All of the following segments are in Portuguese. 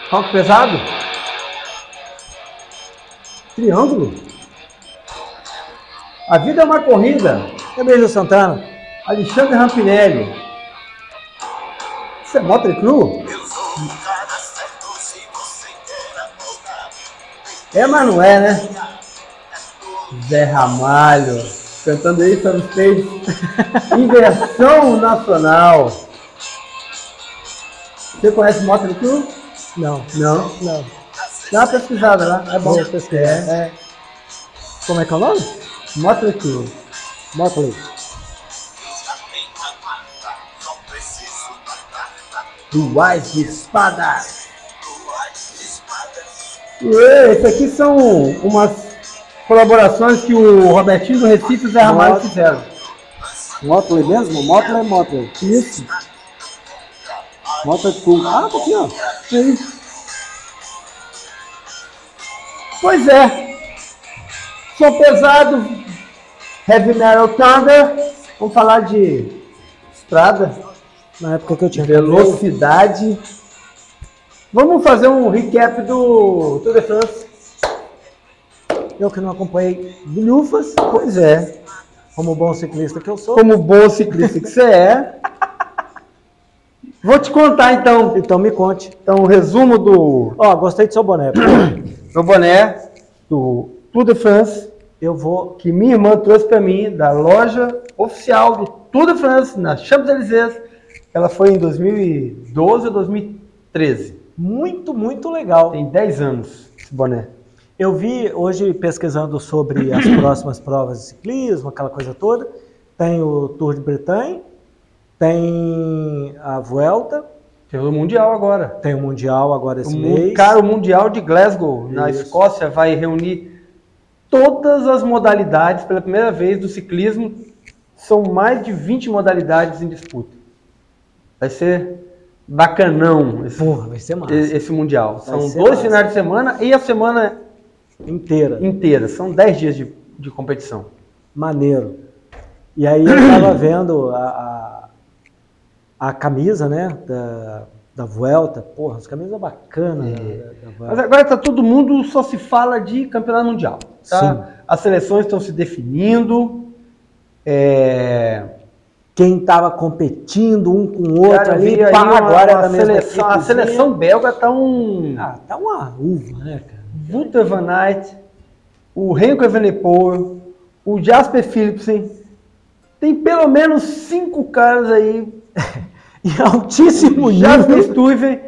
Rock pesado? Triângulo? A vida é uma corrida. Emílio Santana. Alexandre Rampinelli. Isso é Motley Crue? É, mas não é, né? Zé Ramalho. Cantando aí sobre stage. Inversão nacional. Você conhece Motley Crue? Não. Não. Não. Dá uma pesquisada lá. É bom. Vou pesquisar. Como é que é o nome? Motley Crue. Motley. Duas espadas. Esse aqui são umas colaborações que o Robertinho do Recife e o Zé Ramalho fizeram. Motley mesmo? Motley. Isso. Motley Crue. Ah, tá aqui, ó. Sim. Pois é. Som pesado, Heavy Metal Thunder. Vamos falar de estrada, Na época que eu tinha velocidade. Vamos fazer um recap do Tour de France. Eu que não acompanhei bilhufas, Pois é. como bom ciclista que eu sou. Como bom ciclista que você é. Vou te contar então. Então me conte. Então, o resumo do Ó, gostei do seu boné. meu boné do Tour de France, Eu vou... que minha irmã trouxe para mim, da loja oficial do Tour de France, na Champs-Élysées. Ela foi em 2012 ou 2013. Muito, muito legal. Tem 10 anos esse boné. Eu vi hoje pesquisando sobre as próximas provas de ciclismo, aquela coisa toda. Tem o Tour de Bretagne, tem a Vuelta, Tem o Mundial agora. tem o Mundial agora esse mês. Cara, o Mundial de Glasgow, na Isso. Escócia, vai reunir todas as modalidades pela primeira vez do ciclismo. São mais de 20 modalidades em disputa. Vai ser bacanão Porra, vai ser massa. esse Mundial. Vai São ser 2 massa. finais de semana e a semana Inteira. inteira. São 10 dias de competição. Maneiro. E aí eu tava vendo a camisa, né, da Vuelta. Porra, as camisas bacanas da Mas Vuelta. agora tá todo mundo, só se fala de campeonato mundial. Tá? Sim. As seleções estão se definindo. Quem tava competindo um com o outro Cara, ali, vi aí pá, uma agora é da mesma seleção, a equipezinha. seleção belga tá um Ah, tá uma uva, né, cara? Wouter van Aert, o Remco Evenepoel, o Jasper Philipsen. Tem pelo menos 5 caras aí. E altíssimo Jasper nível. Stuyven,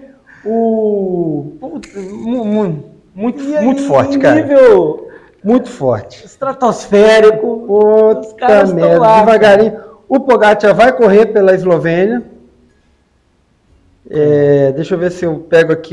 muito forte, cara. Nível Muito forte. estratosférico. Os Puta caras estão merda, lá. devagarinho. O Pogacar vai correr pela Eslovênia. Deixa eu ver se eu pego aqui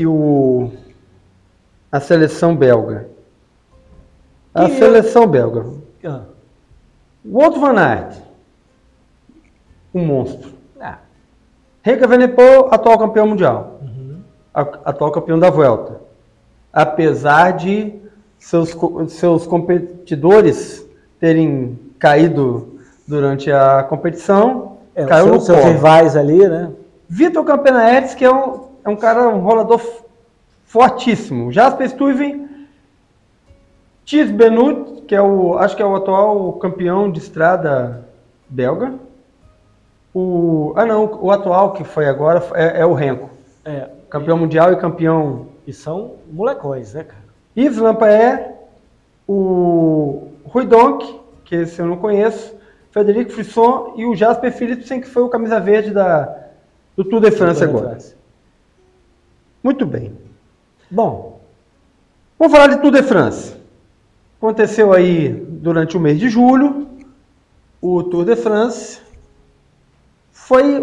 a seleção belga. A seleção belga. Ah, Wout van Aert, um monstro. ah, Remco Evenepoel, atual campeão mundial. Atual campeão da Vuelta. Apesar de seus competidores terem caído durante a competição, caiu no seus pó. rivais ali, né? Vitor Campenaerts, que é um cara, um rolador fortíssimo. Jasper Stuyven, Thies Benoot, que acho que é o atual campeão de estrada belga. O atual que foi agora é o Remco. Campeão mundial e campeão. E são molecões, né, cara? Yves Lampaert, o Rui Donk, que esse eu não conheço, Frederic Frisson e o Jasper Philipsen, que foi o camisa verde do Tour de France agora. Muito bem. Bom, Vamos falar de Tour de France. Aconteceu aí durante o mês de julho, o Tour de France. Foi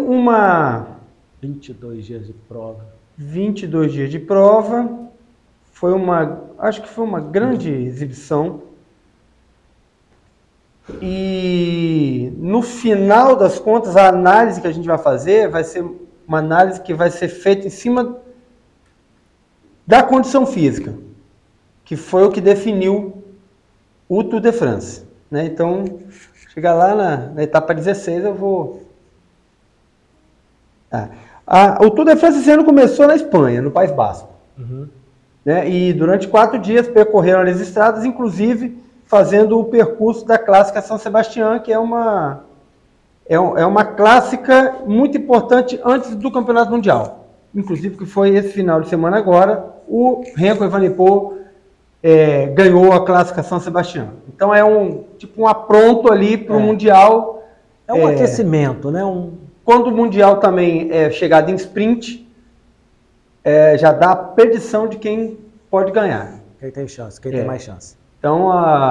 22 dias de prova. 22 dias de prova. Acho que foi uma grande exibição. E no final das contas, a análise que a gente vai fazer vai ser uma análise que vai ser feita em cima da condição física, que foi o que definiu o Tour de France. Né? Então, chegar lá na etapa 16, eu vou... O Tour de France esse ano começou na Espanha, no País Basco. Né? E durante 4 dias percorreram as estradas, inclusive fazendo o percurso da Clássica São Sebastião, que é uma clássica muito importante antes do Campeonato Mundial. Inclusive, que foi esse final de semana agora, o Renko Evenepoel ganhou a Clássica São Sebastião. Então é um apronto ali para o Mundial. É um aquecimento, né? Quando o Mundial também é chegado em sprint, já dá a predição de quem pode ganhar. Quem tem chance, quem tem mais chance. Então,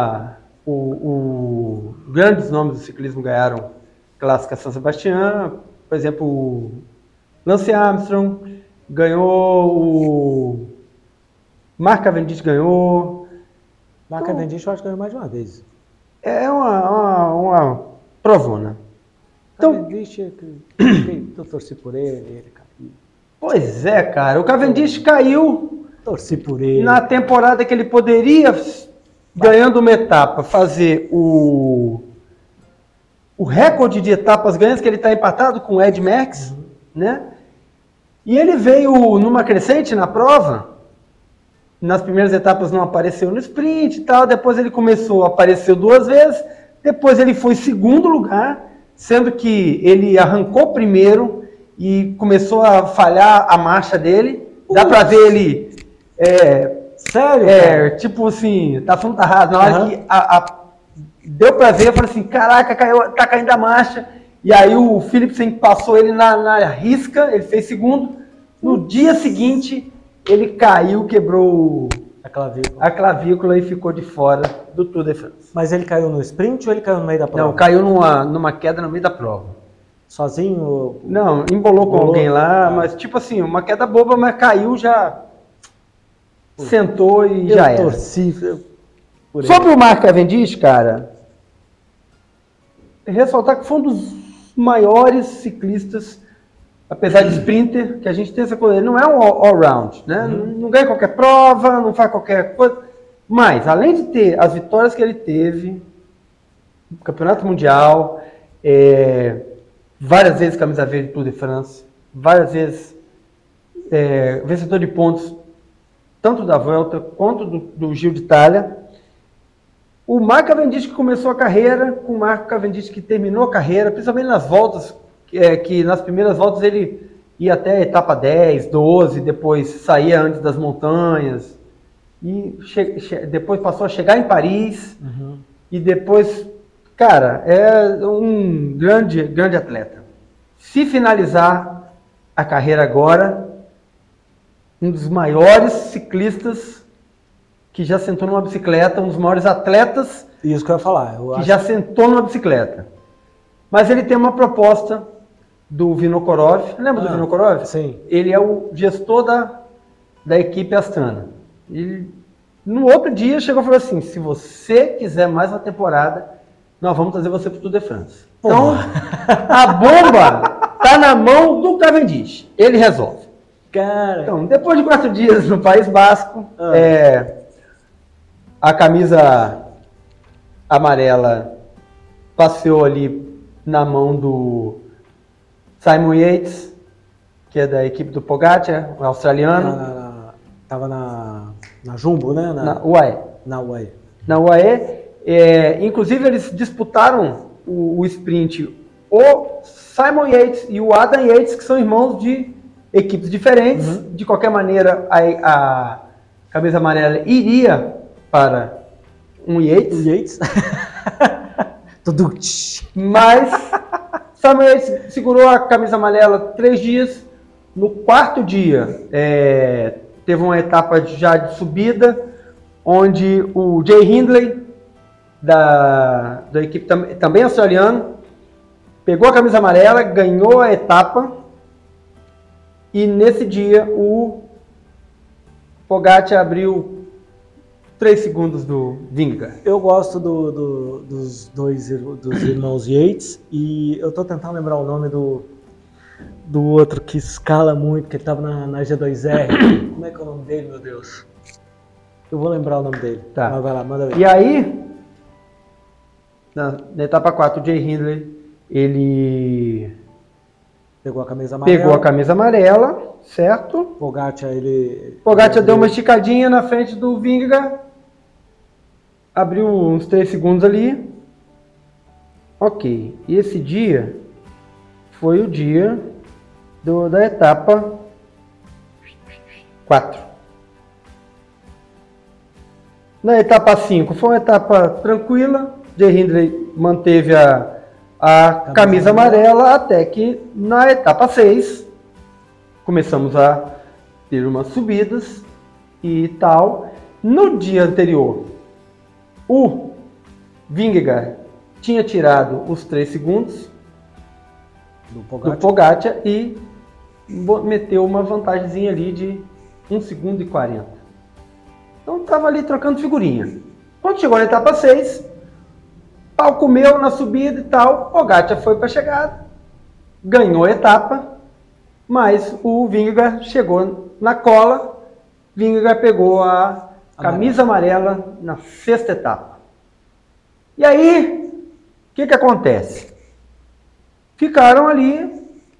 grandes nomes do ciclismo ganharam Clássica São Sebastião. Por exemplo, o Lance Armstrong ganhou, o Mark Cavendish ganhou. Mark Cavendish eu acho que ganhou mais de uma vez. É uma provona. Então, Cavendish, eu torci por ele caiu. Pois é, cara. O Cavendish caiu. Torci por ele. Na temporada que ele poderia, ganhando uma etapa, fazer o recorde de etapas ganhas, que ele está empatado com o Ed Merckx, né? E ele veio numa crescente na prova. Nas primeiras etapas não apareceu no sprint e tal, depois ele começou, apareceu 2 vezes, depois ele foi em segundo lugar, sendo que ele arrancou primeiro e começou a falhar a marcha dele. Dá pra ver ele... Sério? Tipo assim, tá falando tá errado. Na hora que deu pra ver, eu falei assim, caraca, tá caindo a marcha. E aí o Philipsen passou ele na risca, ele fez segundo. No dia seguinte, ele caiu, quebrou a clavícula e ficou de fora do Tour de France. Mas ele caiu no sprint ou ele caiu no meio da prova? Não, caiu numa queda no meio da prova. Sozinho? Não, embolou com alguém lá, mas tipo assim, uma queda boba, mas caiu já... Sentou e já era. Torci por ele. Sobre o Mark Cavendish, cara, ressaltar que foi um dos maiores ciclistas, apesar de sprinter, que a gente tem essa coisa. Ele não é um all-round, né? Não ganha qualquer prova, não faz qualquer coisa. Mas, além de ter as vitórias que ele teve, no Campeonato Mundial, várias vezes camisa verde Tour de France, várias vezes vencedor de pontos, tanto da Vuelta quanto do Giro de Itália. O Mark Cavendish que começou a carreira, com o Mark Cavendish que terminou a carreira, principalmente nas voltas, que nas primeiras voltas ele ia até a etapa 10, 12, depois saía antes das montanhas, e depois passou a chegar em Paris, e depois, cara, é um grande atleta. Se finalizar a carreira agora, um dos maiores ciclistas que já sentou numa bicicleta, um dos maiores atletas Isso que eu ia falar. já sentou numa bicicleta. Mas ele tem uma proposta do Vinokurov. Lembra do Vinokurov? Sim. Ele é o gestor da equipe Astana. E no outro dia chegou e falou assim, se você quiser mais uma temporada, nós vamos trazer você para o Tour de France. Então, a bomba tá na mão do Cavendish. Ele resolve. Cara. Então, depois de 4 dias no País Basco, a camisa amarela passeou ali na mão do Simon Yates, que é da equipe do Pogacar, um australiano. Tava na Jumbo, né? Na UAE. Na UAE. Inclusive, eles disputaram o sprint. O Simon Yates e o Adam Yates, que são irmãos de equipes diferentes. De qualquer maneira, a camisa amarela iria para um Yates. Mas Simon Yates segurou a camisa amarela 3 dias. No 4º dia, teve uma etapa já de subida, onde o Jay Hindley, da equipe também australiano, pegou a camisa amarela, ganhou a etapa, e nesse dia o Pogacar abriu 3 segundos do Vingegaard. Eu gosto dos irmãos Yates, e eu tô tentando lembrar o nome do outro que escala muito, que ele tava na G2R. Como é que é o nome dele, meu Deus? Eu vou lembrar o nome dele. Tá. Mas vai lá, manda ver. E aí, na etapa 4, o Jay Hindley, ele Pegou a camisa amarela. Pegou a camisa amarela, certo? Pogacar deu uma esticadinha na frente do Vingegaard. Abriu uns 3 segundos ali. Ok. E esse dia foi o dia da etapa 4. Na etapa 5 foi uma etapa tranquila. Jay Hindley manteve a camisa amarela até que na etapa 6 começamos a ter umas subidas e tal. No dia anterior, o Vingegaard tinha tirado os 3 segundos do Pogacar e meteu uma vantagemzinha ali de 1 segundo e 40. Então estava ali trocando figurinha. Quando chegou na etapa 6, pau comeu na subida e tal, Pogacar foi para a chegada, ganhou a etapa, mas o Vingegaard chegou na cola, Vingegaard pegou a camisa amarela na 6ª etapa. E aí, o que acontece? Ficaram ali,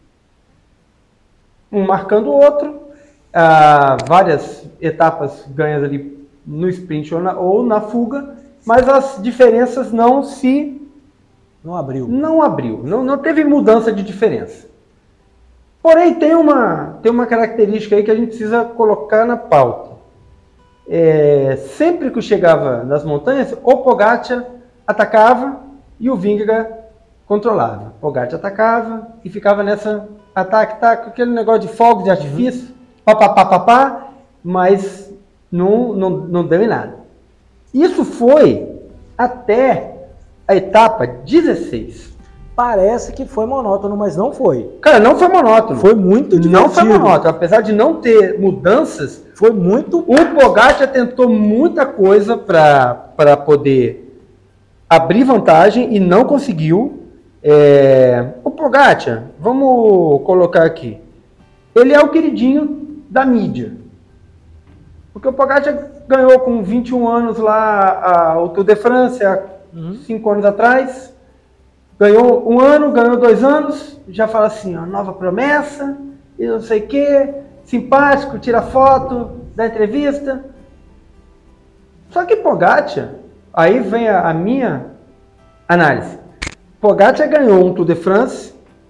um marcando o outro, várias etapas ganhas ali no sprint ou na fuga, mas as diferenças não abriu. Não teve mudança de diferença. Porém, tem uma característica aí que a gente precisa colocar na pauta. Sempre que chegava nas montanhas, o Pogacar atacava e o Vingegaard controlava. O Pogacar atacava e ficava nessa ataque, aquele negócio de fogo de artifício, pá, mas não deu em nada. Isso foi até a etapa 16. Parece que foi monótono, mas não foi. Cara, não foi monótono. Foi muito divertido. Não foi monótono. Apesar de não ter mudanças, foi muito... O Pogacar tentou muita coisa para poder abrir vantagem e não conseguiu. O Pogacar, vamos colocar aqui, ele é o queridinho da mídia. Porque o Pogacar ganhou com 21 anos lá o Tour de France, há 5 anos atrás. Ganhou 1 ano, ganhou 2 anos, já fala assim, ó, nova promessa, e não sei o que, simpático, tira foto, dá entrevista. Só que Pogacar, aí vem a minha análise. Pogacar ganhou um Tour de France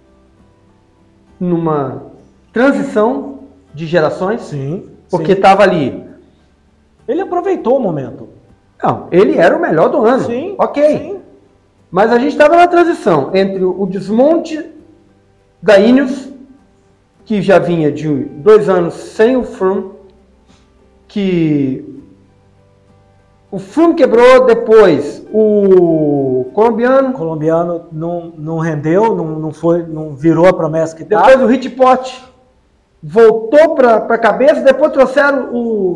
numa transição de gerações, sim, porque estava ali. Ele aproveitou o momento. Não, ele era o melhor do ano. Sim, ok. Sim. Mas a gente estava na transição entre o desmonte da Ineos, que já vinha de 2 anos sem o Froome, que o Froome quebrou, depois o colombiano não rendeu, não virou a promessa que estava. Depois o Hitpot voltou para a cabeça, depois trouxeram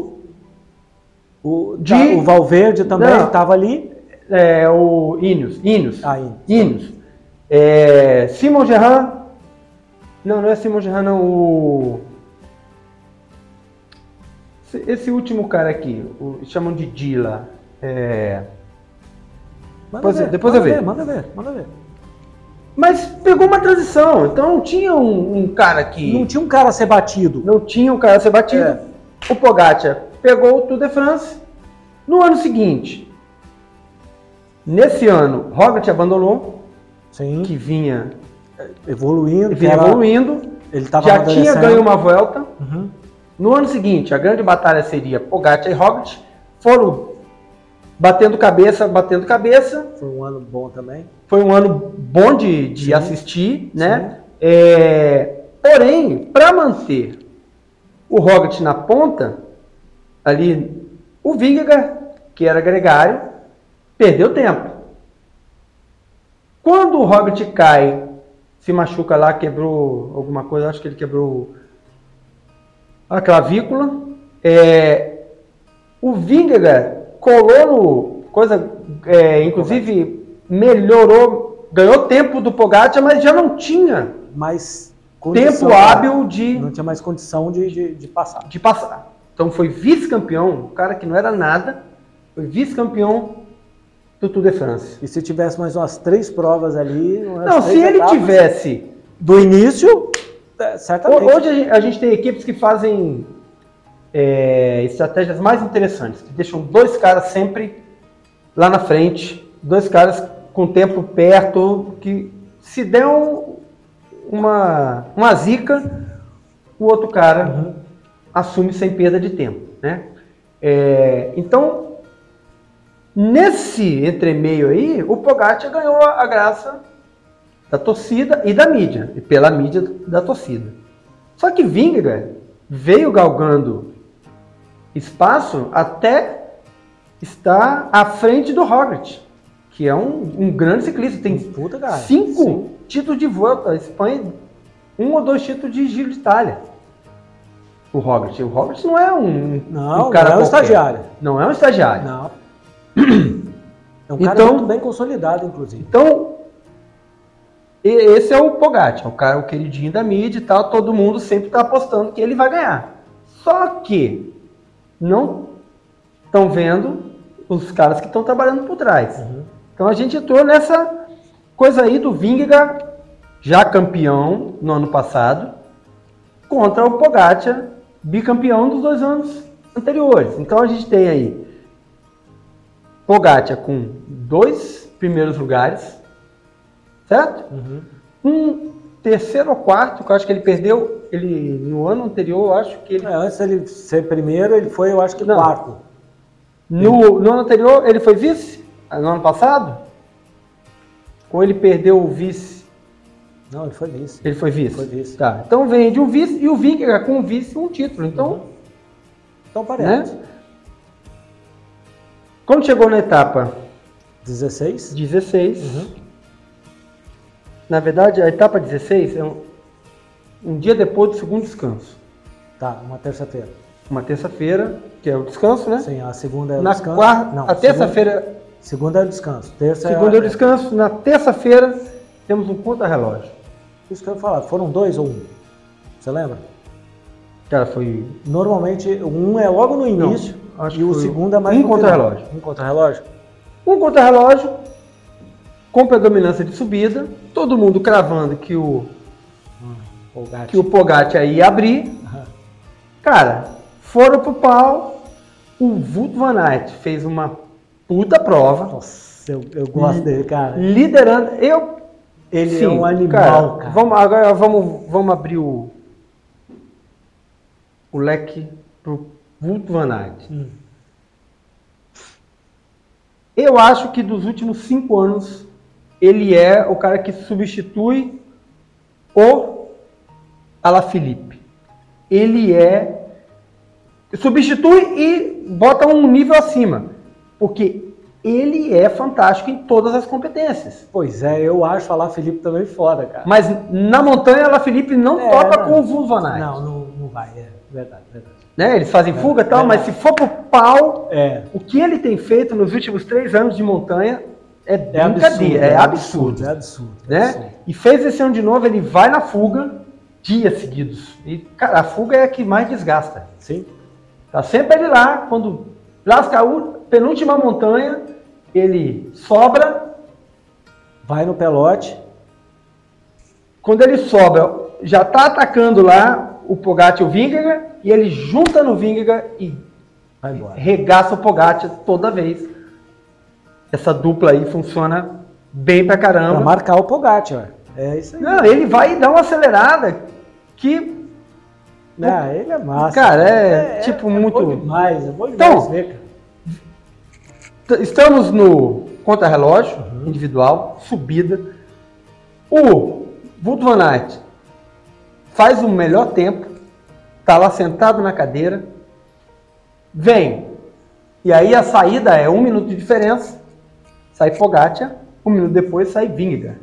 o Valverde também estava ali. O Ineos. Ineos. Simon Gerrand. Não é Simon Gerrand, não. Esse último cara aqui, chamam de Dila. Depois eu vejo. Manda ver. Mas pegou uma transição, então não tinha um cara que... Não tinha um cara a ser batido. O Pogacar pegou o Tour de France. No ano seguinte, nesse ano, Roglic abandonou. Sim. Que vinha evoluindo. Ele já tinha ganho uma volta. Uhum. No ano seguinte, a grande batalha seria Pogacar e Roglic. Foram batendo cabeça. Foi um ano bom também. Foi um ano bom de assistir, né? Porém, para manter o Roglic na ponta, ali, o Vingegaard, que era gregário, perdeu tempo. Quando o Roglic cai, se machuca lá, quebrou alguma coisa, acho que ele quebrou a clavícula, o Vingegaard colou no coisa, inclusive melhorou, ganhou tempo do Pogacar, mas já não tinha mais tempo hábil não tinha mais condição de passar. Então foi vice-campeão, um cara que não era nada, foi vice-campeão do Tour de France. E se tivesse mais umas 3 provas ali... Não, se ele tivesse... Do início... Certamente. Hoje a gente tem equipes que fazem estratégias mais interessantes, que deixam 2 caras sempre lá na frente, 2 caras com o tempo perto, que se der uma zica, o outro cara assume sem perda de tempo, né? Então, nesse entremeio aí, o Pogačar ganhou a graça da torcida e da mídia, e pela mídia da torcida. Só que Vingegaard veio galgando espaço até estar à frente do Roglic, que é um grande ciclista, tem 5 títulos de Vuelta, a Espanha, 1 ou 2 títulos de Giro de Itália. O Roglic não é um cara não é um estagiário. Não é um estagiário. Não. É um cara muito bem consolidado, inclusive. Então, esse é o Pogačar, o queridinho da mídia e tal, todo mundo sempre está apostando que ele vai ganhar. Só que não estão vendo os caras que estão trabalhando por trás. Então a gente entrou nessa coisa aí do Vingegaard, já campeão no ano passado, contra o Pogačar, bicampeão dos 2 anos anteriores. Então a gente tem aí Pogačar com 2 primeiros lugares, certo? Um terceiro ou quarto, que eu acho que ele perdeu, no ano anterior, eu acho que ele... antes dele ser primeiro, ele foi, eu acho que quarto. No ano anterior, ele foi vice? No ano passado? Ou ele perdeu o vice? Não, ele foi vice. Ele foi vice? Foi vice. Tá, então vem de um vice, e o Vingegaard com o vice um título, então... Então parece. Né? Quando chegou na etapa 16, na verdade, a etapa 16 é um dia depois do segundo descanso. Tá, uma terça-feira. Uma terça-feira, que é o descanso, né? Sim, a segunda é o na descanso. A terça-feira... Segunda é o descanso. Segunda é o descanso. Na terça-feira, temos um contra-relógio. Isso que eu ia falar. Foram 2 ou 1? Você lembra? Cara, foi... Normalmente, um é logo no início e o segundo é mais no contra-relógio. Um contra-relógio? Um contra-relógio com predominância de subida, todo mundo cravando que o Pogačar ia abrir. Cara, foram pro pau, o Wout van Aert fez uma puta prova. Nossa, eu gosto dele, cara. Liderando, Ele é um animal, cara. Agora vamos abrir o leque pro Wout van Aert. Eu acho que dos últimos 5 anos, ele é o cara que substitui o Alaphilippe. Ele substitui e bota um nível acima, porque ele é fantástico em todas as competências. Pois é, eu acho o Alaphilippe também foda, cara. Mas na montanha, o Alaphilippe não toca com o Wout van Aert. Não vai, verdade. Né? Eles fazem fuga e tal, mas se for pro pau, o que ele tem feito nos últimos 3 anos de montanha é brincadeira, é absurdo. Né? E fez esse ano de novo, ele vai na fuga dias seguidos. E, cara, a fuga é a que mais desgasta. Sim. Tá sempre ele lá, quando lasca a penúltima montanha, ele sobra. Vai no pelote. Quando ele sobra, já tá atacando lá o Pogačar e o Vingegaard, e ele junta no Vingegaard e vai embora. Regaça o Pogačar toda vez. Essa dupla aí funciona bem pra caramba. Pra marcar o Pogačar. É isso aí. Não, ele vai dar uma acelerada que... ele é massa. Cara, tipo muito... Bom demais, é bom demais então, ver, cara. Estamos no contra-relógio individual, subida. O Wout van Aert faz o melhor tempo, tá lá sentado na cadeira, vem, e aí a saída é 1 minuto de diferença, sai Pogačar, 1 minuto depois sai Vingegaard.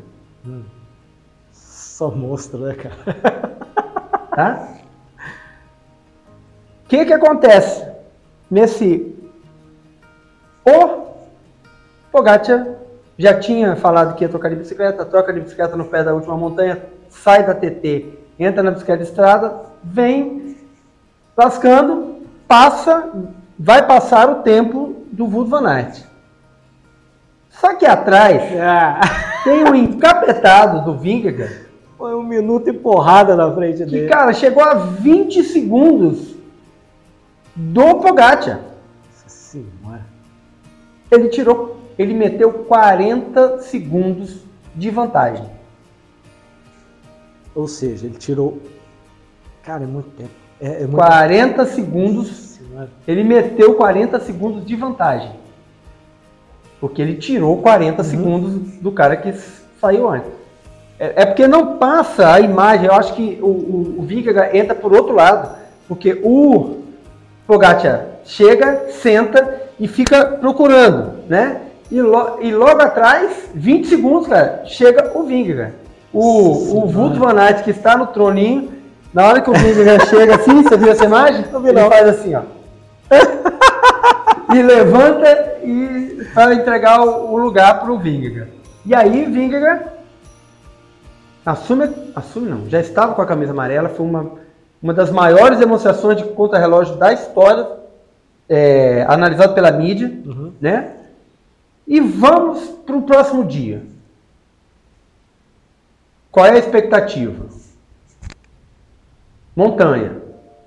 Só monstro, né, cara? Tá? O que acontece o Pogačar já tinha falado que ia trocar de bicicleta, troca de bicicleta no pé da última montanha, sai da TT, entra na bicicleta de estrada, vem lascando, vai passar o tempo do Wout van Aert. Só que atrás tem um encapetado do Vingegaard Foi 1 minuto e porrada na frente Que, dele. cara, chegou a 20 segundos do Pogacar. Nossa senhora. Ele meteu 40 segundos de vantagem. Ou seja, ele tirou... Cara, é muito tempo. É muito 40 segundos, Senhora. ele meteu 40 segundos de vantagem. Porque ele tirou 40 segundos do cara que saiu antes. É porque não passa a imagem, eu acho que o Vingegaard entra por outro lado. Porque o Pogacar chega, senta e fica procurando, né? E logo atrás, 20 segundos, cara, chega o Vingegaard. O Wout van Aert, que está no troninho, na hora que o Vingegaard chega assim, você viu essa imagem? Ele faz assim, ó. E levanta para entregar o lugar para o Vingegaard. E aí, Vingegaard assume não, já estava com a camisa amarela, foi uma das maiores demonstrações de contrarrelógio da história, analisado pela mídia, né? E vamos para o próximo dia. Qual é a expectativa? Montanha.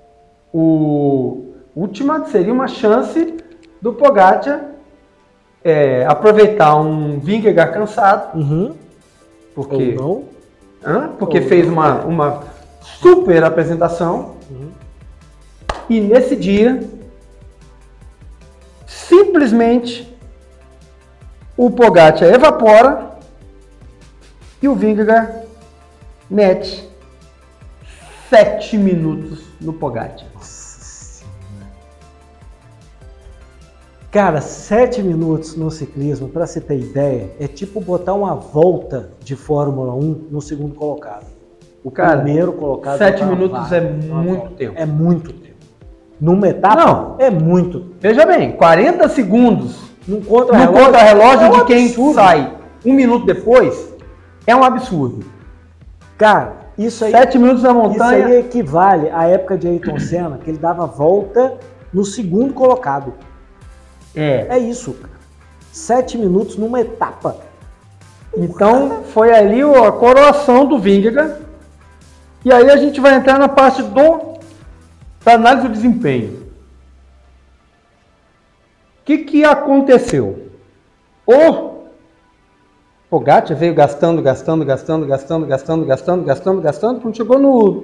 Última seria uma chance do Pogacar aproveitar um Vingegaard cansado, porque, porque fez uma super apresentação, e nesse dia, simplesmente, o Pogacar evapora e o Vingegaard mete 7 minutos no Pogacar. Cara, 7 minutos no ciclismo, para você ter ideia, é tipo botar uma volta de Fórmula 1 no segundo colocado. O primeiro colocado... 7 minutos é muito tempo. É muito tempo. Numa etapa, não, é muito tempo. Veja bem, 40 segundos no contra-relógio de quem sai 1 minuto depois é um absurdo. Cara, isso aí... 7 minutos na montanha... Isso aí equivale à época de Ayrton Senna, que ele dava volta no segundo colocado. É isso, cara. 7 minutos numa etapa. Então, foi ali a coroação do Vingegaard. E aí a gente vai entrar na parte da análise do desempenho. O que aconteceu? O Pogacar veio gastando. Quando chegou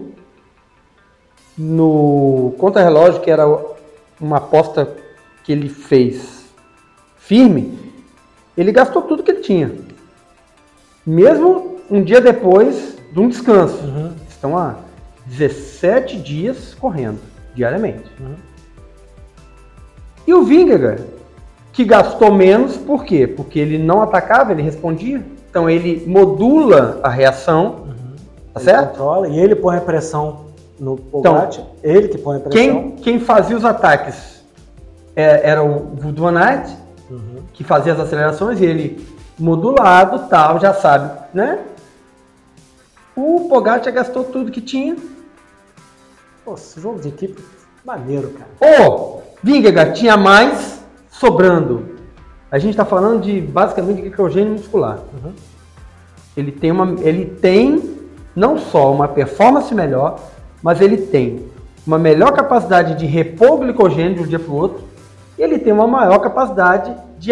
no contra-relógio, que era uma aposta que ele fez firme, ele gastou tudo que ele tinha. Mesmo um dia depois de um descanso. Estão há 17 dias correndo, diariamente. E o Vingegaard, que gastou menos, por quê? Porque ele não atacava, ele respondia. Então ele modula a reação, tá certo? Controla, e ele põe a pressão no Pogacar, então, ele que põe a pressão. Quem fazia os ataques era o Wout van Aert, que fazia as acelerações, e ele modulado, tal, já sabe, né? O Pogacar gastou tudo que tinha. Nossa, jogo de equipe maneiro, cara. O Vingegaard tinha mais sobrando. A gente está falando de basicamente glicogênio muscular. Ele tem não só uma performance melhor, mas ele tem uma melhor capacidade de repor glicogênio de um dia para o outro. E ele tem uma maior capacidade de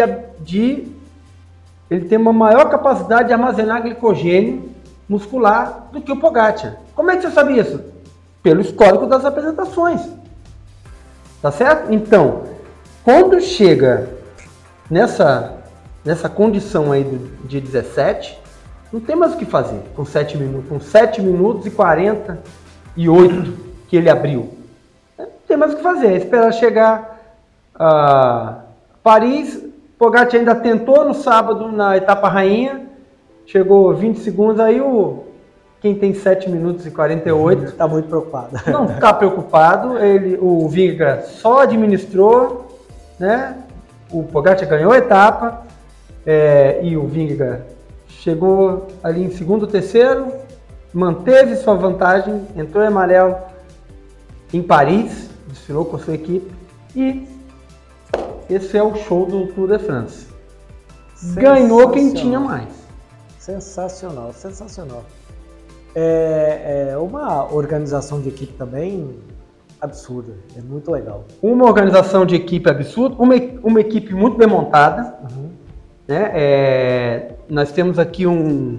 armazenar glicogênio muscular do que o Pogacar. Como é que você sabe isso? Pelo histórico das apresentações. Tá certo? Então, quando chega nessa condição aí do dia 17, não tem mais o que fazer com 7 minutos. Com 7 minutos e 48 que ele abriu. Não tem mais o que fazer. É esperar chegar a Paris. Pogacar ainda tentou no sábado na etapa rainha. Chegou 20 segundos. Aí quem tem 7 minutos e 48... Está muito preocupado. Não está preocupado. O Vingegaard só administrou, né? O Pogacar ganhou a etapa. E o Vingegaard chegou ali em segundo, terceiro, manteve sua vantagem, entrou em amarelo em Paris, desfilou com a sua equipe, e esse é o show do Tour de France. Ganhou quem tinha mais. Sensacional. É uma organização de equipe também absurda, é muito legal. Uma organização de equipe absurda, uma equipe muito bem montada. Né? Nós temos aqui um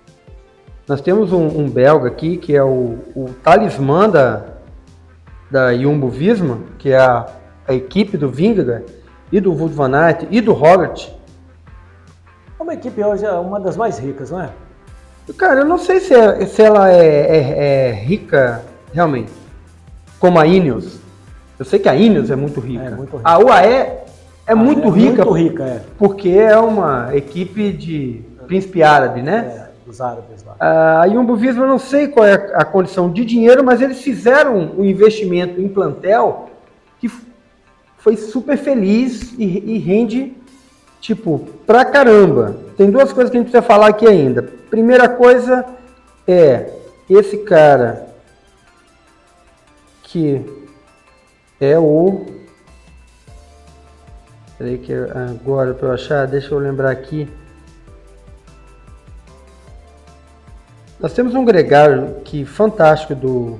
belga aqui, que é o talismã da Jumbo-Visma, que é a equipe do Vingegaard e do Wout van Aert e do Roglic. É uma equipe hoje uma das mais ricas, não é? Cara, eu não sei se ela é rica realmente, como a Ineos. Eu sei que a Ineos é muito rica. A UAE é muito rica, porque é uma equipe de príncipe árabe, né? Dos árabes lá. A Jumbo-Visma, eu não sei qual é a condição de dinheiro, mas eles fizeram um investimento em plantel que foi super feliz e rende, tipo, pra caramba. Tem duas coisas que a gente precisa falar aqui ainda. Primeira coisa é esse cara que é o... Peraí que agora para eu achar, deixa eu lembrar aqui. Nós temos um gregário que fantástico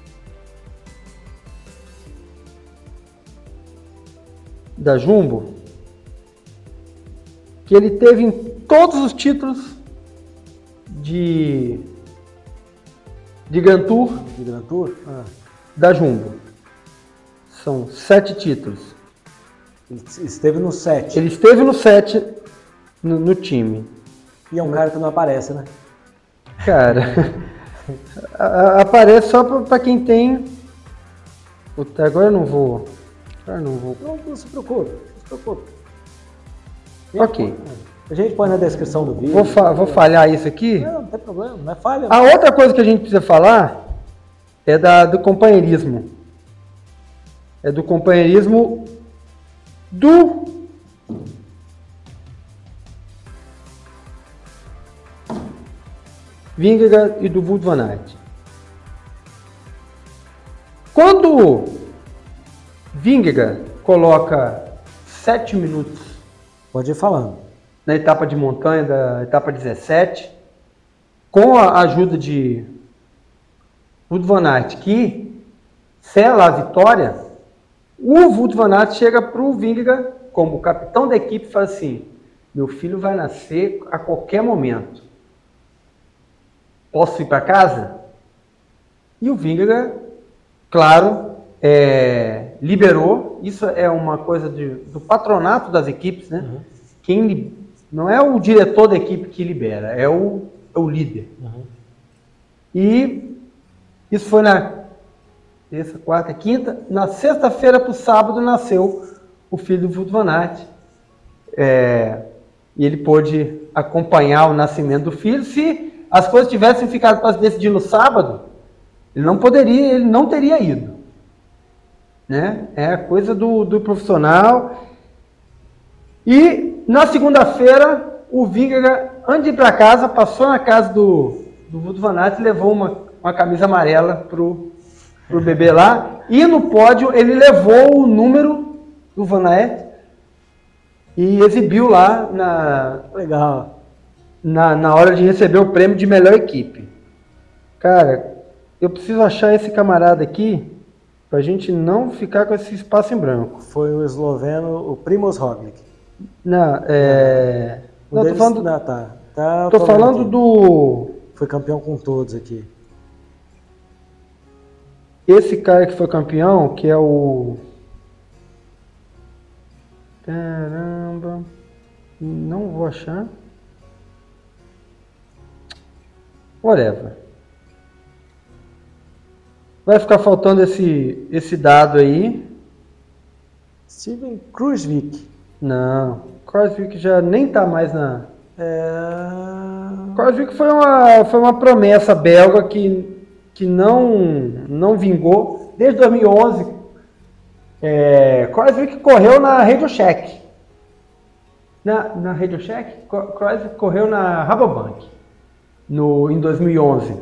da Jumbo, que ele teve em todos os títulos de Grand Tour, da Jumbo. São 7 títulos. Ele esteve no 7. Ele esteve no 7 no time. E é um cara que não aparece, né? Cara, aparece só para quem tem. Puta, agora eu não vou. Não se preocupe, Ok. A gente põe na descrição do vídeo. Vou falhar isso aqui? Não tem problema, não é falha. A outra coisa que a gente precisa falar é do companheirismo. É do companheirismo do Vingegaard e do Wout van Aert. Quando Vingegaard coloca 7 minutos, pode ir falando, na etapa de montanha da etapa 17, com a ajuda de Wout van Aert, que sela a vitória, o Wout van Aert chega para o Vingegaard, como capitão da equipe, e fala assim: meu filho vai nascer a qualquer momento. Posso ir para casa? E o Vingegaard, claro, liberou. Isso é uma coisa do patronato das equipes, né? Não é o diretor da equipe que libera, é o líder. E isso foi na terça, quarta, quinta. Na sexta-feira para o sábado nasceu o filho do Wout van Aert. E ele pôde acompanhar o nascimento do filho. Se as coisas tivessem ficado para se decidir no sábado, ele não teria ido. Né? É coisa do profissional. E na segunda-feira, o Vingegaard, antes de ir para casa, passou na casa do Wout van Aert e levou uma camisa amarela pro bebê lá. E no pódio ele levou o número do Van Aert e exibiu lá na hora de receber o prêmio de melhor equipe. Cara, eu preciso achar esse camarada aqui pra gente não ficar com esse espaço em branco. Foi o esloveno, o Primož Roglic. Não, tô falando... Tô falando do... Foi campeão com todos aqui. Esse cara que foi campeão, que é o... Caramba... Não vou achar. Whatever. Vai ficar faltando esse dado aí. Steven Kruijswijk. Não, Kruijswijk já nem tá mais na... Kruijswijk foi uma promessa belga que não vingou desde 2011. Kruijswijk correu na RadioShack. Na RadioShack? Kruijswijk correu na Rabobank em 2011.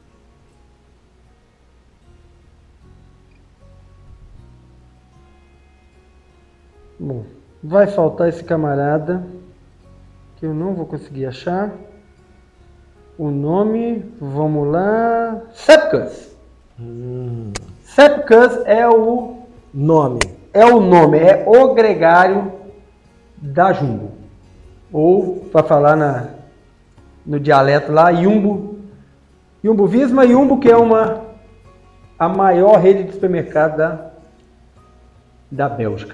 Bom, vai faltar esse camarada que eu não vou conseguir achar. O nome, vamos lá, Sepkus. Sepkus é o Nome. é o gregário da Jumbo. Ou, para falar no dialeto lá, Jumbo Visma, Jumbo, que é a maior rede de supermercado da Bélgica.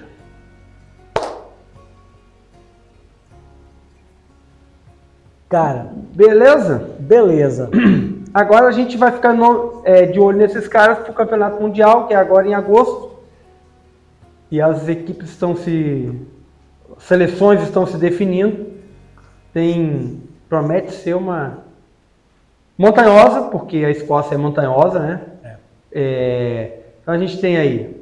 Cara, Beleza? beleza. Agora a gente vai ficar de olho nesses caras para o Campeonato Mundial, que é agora em agosto. E as equipes seleções estão se definindo. Promete ser uma montanhosa, porque a Escócia é montanhosa, né? Então a gente tem aí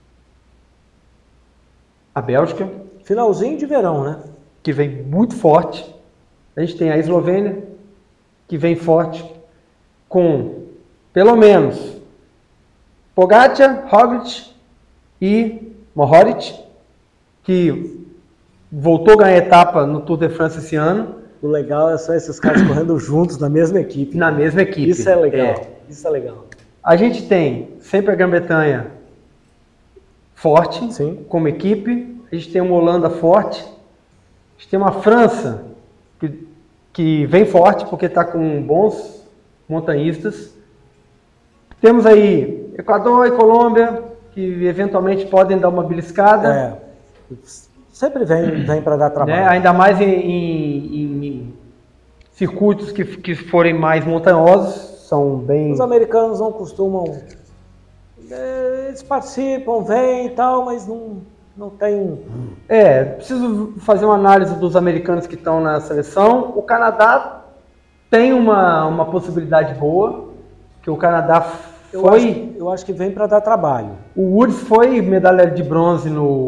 a Bélgica, Finalzinho de verão, né? que vem muito forte. A gente tem a Eslovênia, que vem forte, com pelo menos Pogačar, Roglič e Mohoric, que voltou a ganhar etapa no Tour de France esse ano. O legal é só esses caras correndo juntos na mesma equipe. Na mesma equipe. Isso é legal. Isso é legal. A gente tem sempre a Grã-Bretanha forte, Sim. como equipe. A gente tem uma Holanda forte. A gente tem uma França que vem forte, porque está com bons montanhistas. Temos aí Equador e Colômbia, que eventualmente podem dar uma beliscada. Sempre vem para dar trabalho. Né? Ainda mais em circuitos que forem mais montanhosos, são bem... Os americanos não costumam... Eles participam, vêm e tal, mas não tem... Preciso fazer uma análise dos americanos que estão na seleção. O Canadá tem uma possibilidade boa, que o Canadá foi... Eu acho que vem para dar trabalho. O Woods foi medalha de bronze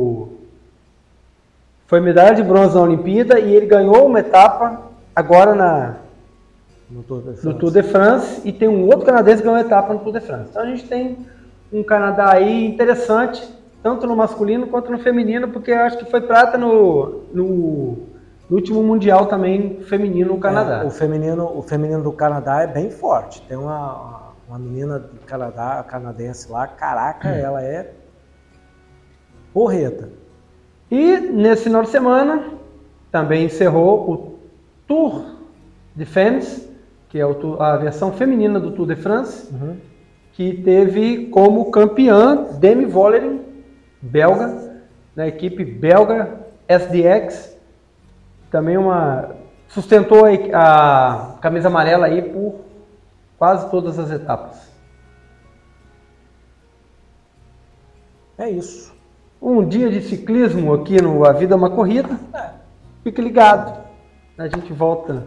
Foi medalha de bronze na Olimpíada e ele ganhou uma etapa agora no Tour de France, e tem um outro canadense que ganhou uma etapa no Tour de France. Então a gente tem um Canadá aí interessante, tanto no masculino quanto no feminino, porque eu acho que foi prata no último Mundial também feminino no Canadá. O feminino do Canadá é bem forte. Tem uma menina do Canadá, canadense lá, caraca, ela é porreta. E nesse final de semana também encerrou o Tour de France, que é a versão feminina do Tour de France, que teve como campeã Demi Vollering, belga, na equipe belga SDX, também sustentou a camisa amarela aí por quase todas as etapas. É isso. Um dia de ciclismo aqui no A Vida é uma Corrida. Fique ligado. A gente volta,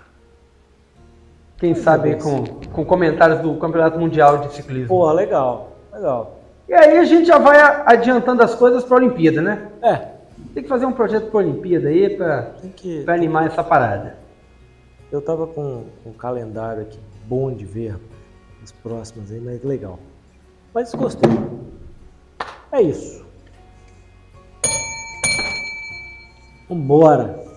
quem sabe, com comentários do Campeonato Mundial de Ciclismo. Pô, legal. E aí a gente já vai adiantando as coisas para a Olimpíada, né? Tem que fazer um projeto para a Olimpíada aí para animar essa parada. Eu tava com um calendário aqui bom de ver as próximas aí, mas legal. Mas gostei. É isso. Vambora.